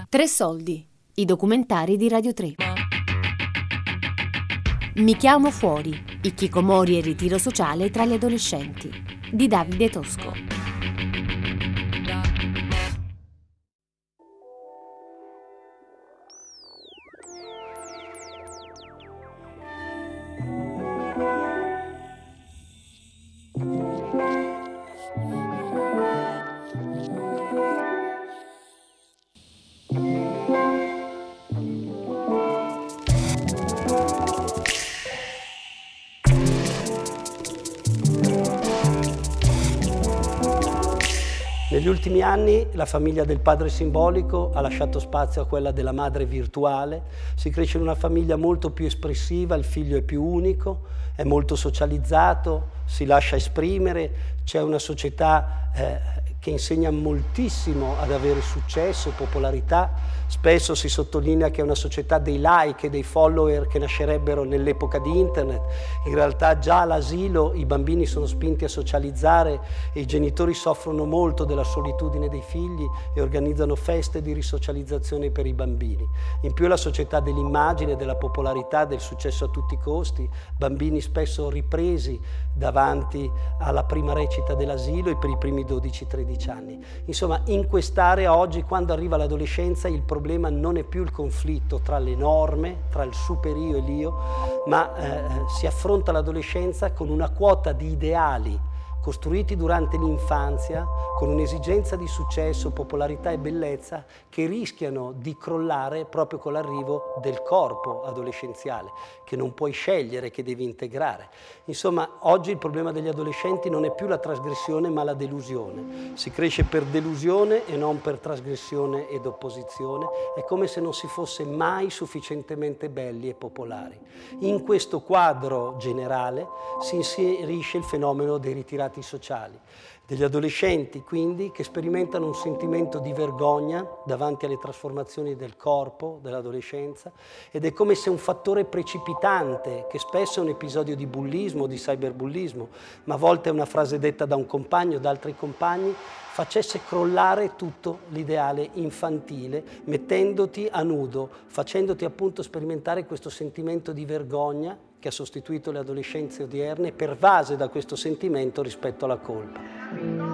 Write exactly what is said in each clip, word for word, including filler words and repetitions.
Tre soldi, i documentari di Radio tre. Mi chiamo fuori, i chicomori e il ritiro sociale tra gli adolescenti, di Davide Tosco. Negli ultimi anni la famiglia del padre simbolico ha lasciato spazio a quella della madre virtuale, si cresce in una famiglia molto più espressiva, il figlio è più unico, è molto socializzato, si lascia esprimere, c'è una società eh, che insegna moltissimo ad avere successo, popolarità. Spesso si sottolinea che è una società dei like e dei follower che nascerebbero nell'epoca di internet. In realtà già all'asilo i bambini sono spinti a socializzare e i genitori soffrono molto della solitudine dei figli e organizzano feste di risocializzazione per i bambini. In più la società dell'immagine, della popolarità, del successo a tutti i costi, bambini spesso ripresi davanti alla prima recita dell'asilo e per i primi dodici tredici anni. Insomma, in quest'area oggi, quando arriva l'adolescenza, il problema non è più il conflitto tra le norme, tra il super-io e l'io, ma eh, si affronta l'adolescenza con una quota di ideali costruiti durante l'infanzia, con un'esigenza di successo, popolarità e bellezza, che rischiano di crollare proprio con l'arrivo del corpo adolescenziale, che non puoi scegliere, che devi integrare. Insomma, oggi il problema degli adolescenti non è più la trasgressione, ma la delusione. Si cresce per delusione e non per trasgressione ed opposizione. È come se non si fosse mai sufficientemente belli e popolari. In questo quadro generale si inserisce il fenomeno dei ritirati sociali, degli adolescenti quindi che sperimentano un sentimento di vergogna davanti alle trasformazioni del corpo, dell'adolescenza, ed è come se un fattore precipitante, che spesso è un episodio di bullismo, di cyberbullismo, ma a volte è una frase detta da un compagno, da altri compagni, facesse crollare tutto l'ideale infantile, mettendoti a nudo, facendoti appunto sperimentare questo sentimento di vergogna che ha sostituito le adolescenze odierne, pervase da questo sentimento rispetto alla colpa.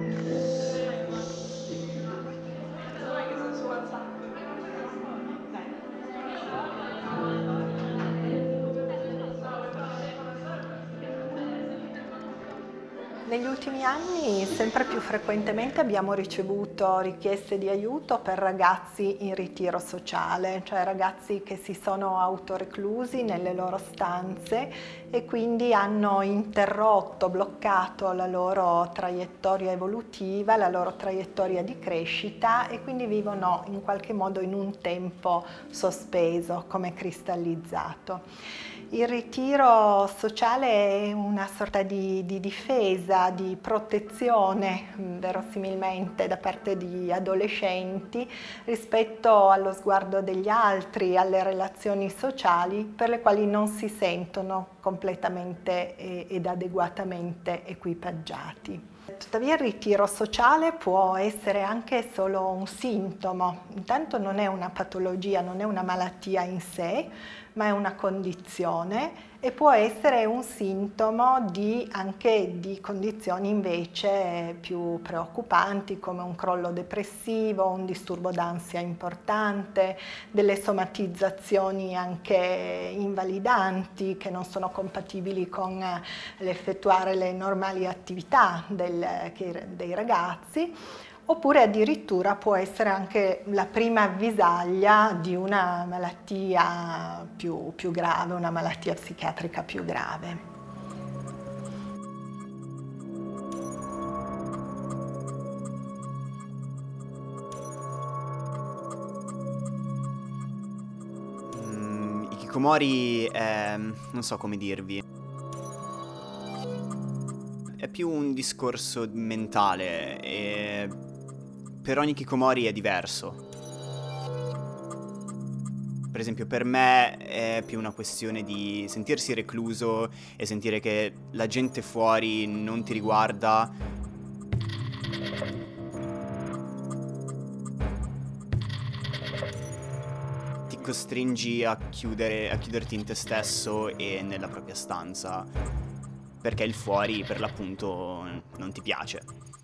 Negli ultimi anni sempre più frequentemente abbiamo ricevuto richieste di aiuto per ragazzi in ritiro sociale, cioè ragazzi che si sono autoreclusi nelle loro stanze e quindi hanno interrotto, bloccato la loro traiettoria evolutiva, la loro traiettoria di crescita e quindi vivono in qualche modo in un tempo sospeso, come cristallizzato. Il ritiro sociale è una sorta di, di difesa, di protezione, verosimilmente, da parte di adolescenti rispetto allo sguardo degli altri, alle relazioni sociali per le quali non si sentono completamente ed adeguatamente equipaggiati. Tuttavia il ritiro sociale può essere anche solo un sintomo, intanto non è una patologia, non è una malattia in sé, ma è una condizione e può essere un sintomo di, anche di condizioni invece più preoccupanti come un crollo depressivo, un disturbo d'ansia importante, delle somatizzazioni anche invalidanti che non sono compatibili con l'effettuare le normali attività del, che, dei ragazzi. Oppure addirittura può essere anche la prima avvisaglia di una malattia più, più grave, una malattia psichiatrica più grave. Mm, i hikikomori è, non so come dirvi, è più un discorso mentale e per ogni hikikomori è diverso. Per esempio per me è più una questione di sentirsi recluso e sentire che la gente fuori non ti riguarda. costringi a chiudere, a chiuderti in te stesso e nella propria stanza, perché il fuori per l'appunto non ti piace.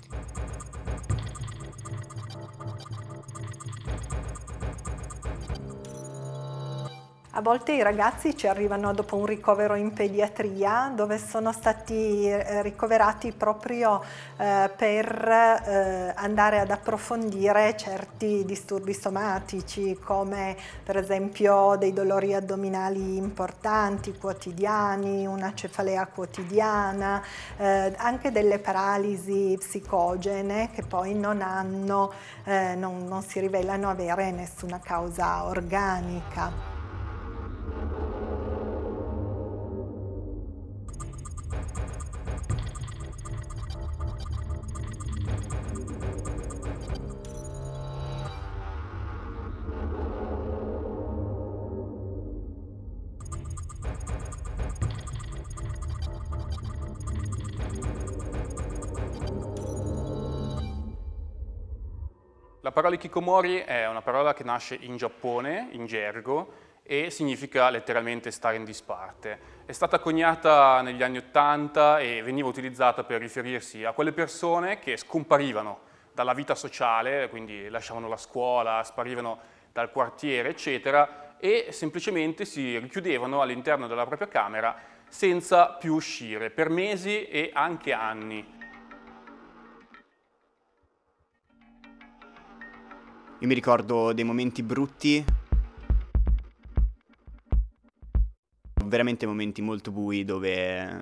A volte i ragazzi ci arrivano dopo un ricovero in pediatria, dove sono stati ricoverati proprio eh, per eh, andare ad approfondire certi disturbi somatici, come per esempio dei dolori addominali importanti, quotidiani, una cefalea quotidiana, eh, anche delle paralisi psicogene che poi non hanno, eh, non, non si rivelano avere nessuna causa organica. La parola hikikomori è una parola che nasce in Giappone, in gergo, e significa letteralmente stare in disparte. È stata coniata negli anni Ottanta e veniva utilizzata per riferirsi a quelle persone che scomparivano dalla vita sociale, quindi lasciavano la scuola, sparivano dal quartiere, eccetera, e semplicemente si richiudevano all'interno della propria camera senza più uscire, per mesi e anche anni. Io mi ricordo dei momenti brutti, veramente momenti molto bui dove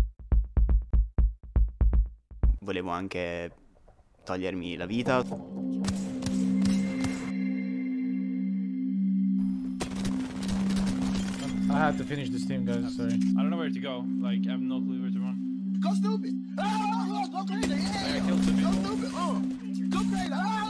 volevo anche togliermi la vita. I have to finish this team, guys. Sorry. I don't know where to go. Like, I have no clue where to run. Go stupid! Ah, go crazy! Yeah, I killed two people. Go stupid! Oh, go crazy! Ah,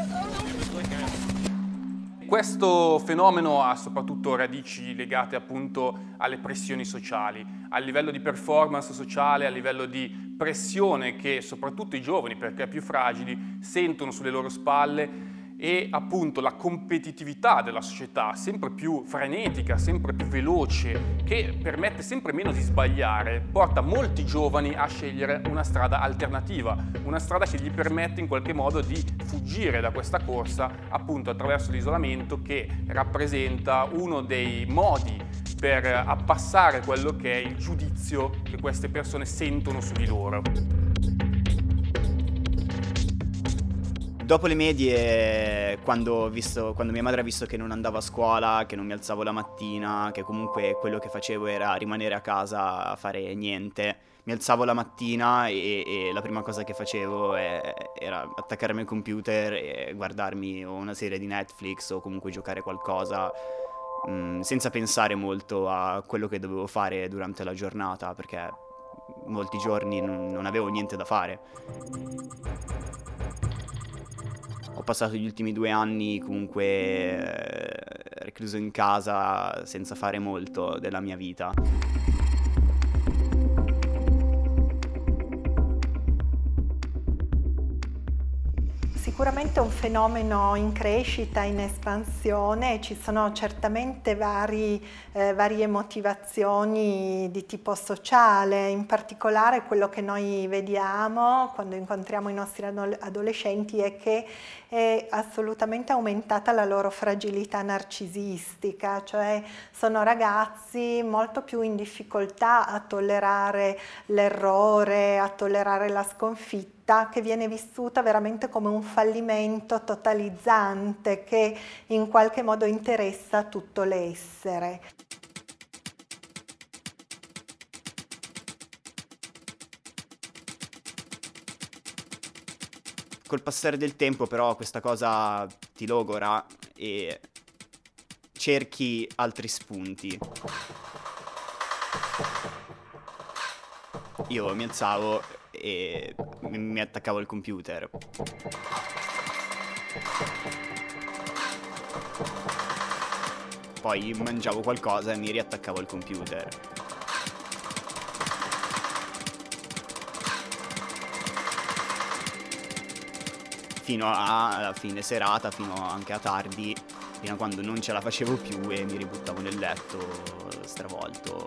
Questo fenomeno ha soprattutto radici legate appunto alle pressioni sociali, a livello di performance sociale, a livello di pressione che soprattutto i giovani, perché più fragili, sentono sulle loro spalle, e appunto la competitività della società sempre più frenetica, sempre più veloce, che permette sempre meno di sbagliare, porta molti giovani a scegliere una strada alternativa, una strada che gli permette in qualche modo di fuggire da questa corsa appunto attraverso l'isolamento, che rappresenta uno dei modi per abbassare quello che è il giudizio che queste persone sentono su di loro. Dopo le medie, quando, ho visto, quando mia madre ha visto che non andavo a scuola, che non mi alzavo la mattina, che comunque quello che facevo era rimanere a casa a fare niente, mi alzavo la mattina e, e la prima cosa che facevo è, era attaccarmi al computer e guardarmi o una serie di Netflix o comunque giocare qualcosa, mh, senza pensare molto a quello che dovevo fare durante la giornata, perché molti giorni non, non avevo niente da fare. Ho passato gli ultimi due anni comunque eh, recluso in casa senza fare molto della mia vita. Sicuramente è un fenomeno in crescita, in espansione, ci sono certamente vari, eh, varie motivazioni di tipo sociale, in particolare quello che noi vediamo quando incontriamo i nostri adolescenti è che è assolutamente aumentata la loro fragilità narcisistica, cioè sono ragazzi molto più in difficoltà a tollerare l'errore, a tollerare la sconfitta, che viene vissuta veramente come un fallimento totalizzante che in qualche modo interessa tutto l'essere. Col passare del tempo però questa cosa ti logora e cerchi altri spunti. Io mi alzavo e mi attaccavo al computer. Poi mangiavo qualcosa e mi riattaccavo al computer. Fino a, alla fine serata, fino anche a tardi, fino a quando non ce la facevo più e mi ributtavo nel letto stravolto.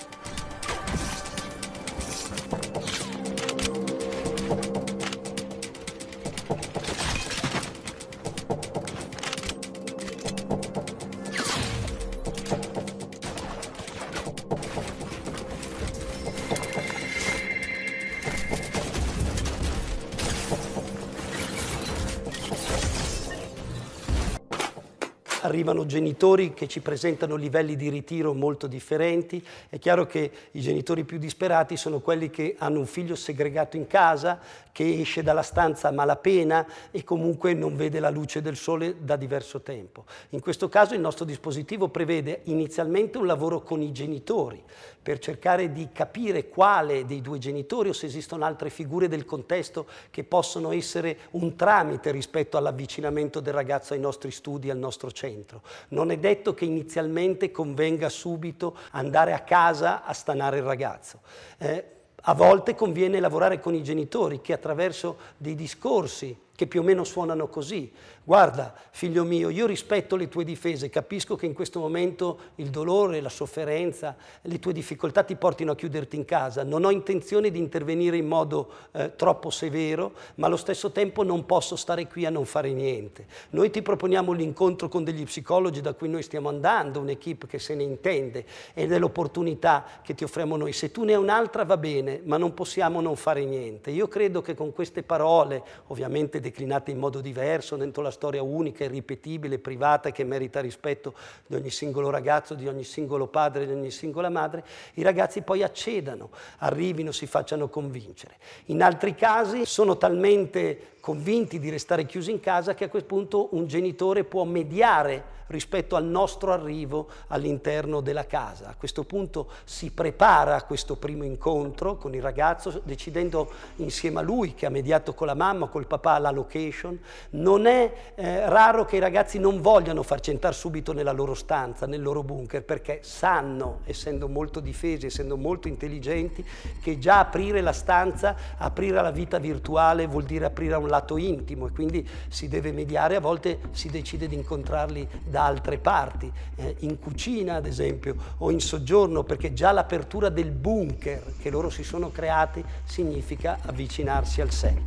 Arrivano genitori che ci presentano livelli di ritiro molto differenti. È chiaro che i genitori più disperati sono quelli che hanno un figlio segregato in casa, che esce dalla stanza a malapena e comunque non vede la luce del sole da diverso tempo. In questo caso il nostro dispositivo prevede inizialmente un lavoro con i genitori per cercare di capire quale dei due genitori o se esistono altre figure del contesto che possono essere un tramite rispetto all'avvicinamento del ragazzo ai nostri studi, al nostro centro. Non è detto che inizialmente convenga subito andare a casa a stanare il ragazzo. Eh, a volte conviene lavorare con i genitori che attraverso dei discorsi che più o meno suonano così: guarda figlio mio, io rispetto le tue difese, capisco che in questo momento il dolore, la sofferenza, le tue difficoltà ti portino a chiuderti in casa, non ho intenzione di intervenire in modo eh, troppo severo, ma allo stesso tempo non posso stare qui a non fare niente. Noi ti proponiamo l'incontro con degli psicologi da cui noi stiamo andando, un'equipe che se ne intende, ed è l'opportunità che ti offriamo noi. Se tu ne hai un'altra va bene, ma non possiamo non fare niente. Io credo che con queste parole, ovviamente declinate in modo diverso, dentro la storia unica, irripetibile, privata, che merita rispetto di ogni singolo ragazzo, di ogni singolo padre, di ogni singola madre, i ragazzi poi accedano, arrivino, si facciano convincere. In altri casi sono talmente convinti di restare chiusi in casa che a quel punto un genitore può mediare rispetto al nostro arrivo all'interno della casa. A questo punto si prepara a questo primo incontro con il ragazzo, decidendo insieme a lui, che ha mediato con la mamma, col papà, la location. Non è eh, raro che i ragazzi non vogliano farci entrare subito nella loro stanza, nel loro bunker, perché sanno, essendo molto difesi, essendo molto intelligenti, che già aprire la stanza, aprire alla vita virtuale vuol dire aprire a un lato intimo, e quindi si deve mediare. A volte si decide di incontrarli da altre parti, eh, in cucina ad esempio, o in soggiorno, perché già l'apertura del bunker che loro si sono creati significa avvicinarsi al sé.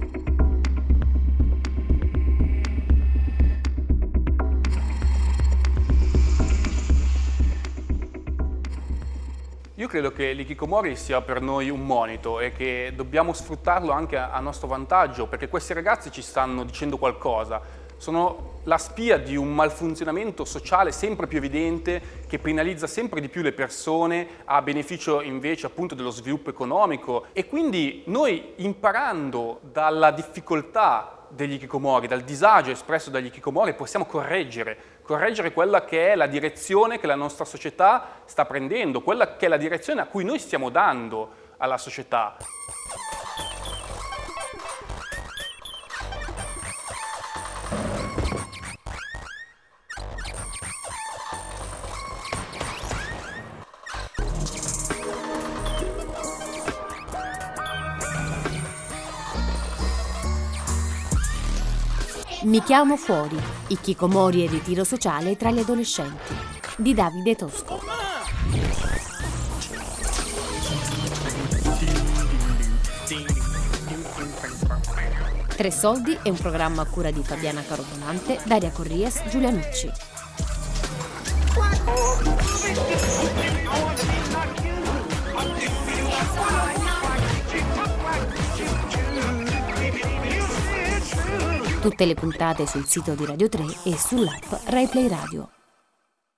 Io credo che l'Hikikomori sia per noi un monito e che dobbiamo sfruttarlo anche a nostro vantaggio, perché questi ragazzi ci stanno dicendo qualcosa. Sono la spia di un malfunzionamento sociale sempre più evidente, che penalizza sempre di più le persone a beneficio invece appunto dello sviluppo economico. E quindi noi, imparando dalla difficoltà degli Hikikomori, dal disagio espresso dagli Hikikomori, possiamo correggere, correggere quella che è la direzione che la nostra società sta prendendo, quella che è la direzione a cui noi stiamo dando alla società. Mi chiamo fuori, Hikikomori e ritiro sociale tra gli adolescenti, di Davide Tosco. Tre soldi è un programma a cura di Fabiana Carobolante, Daria Corries, Giulia Nucci. Tutte le puntate sul sito di Radio tre e sull'app RaiPlay Radio.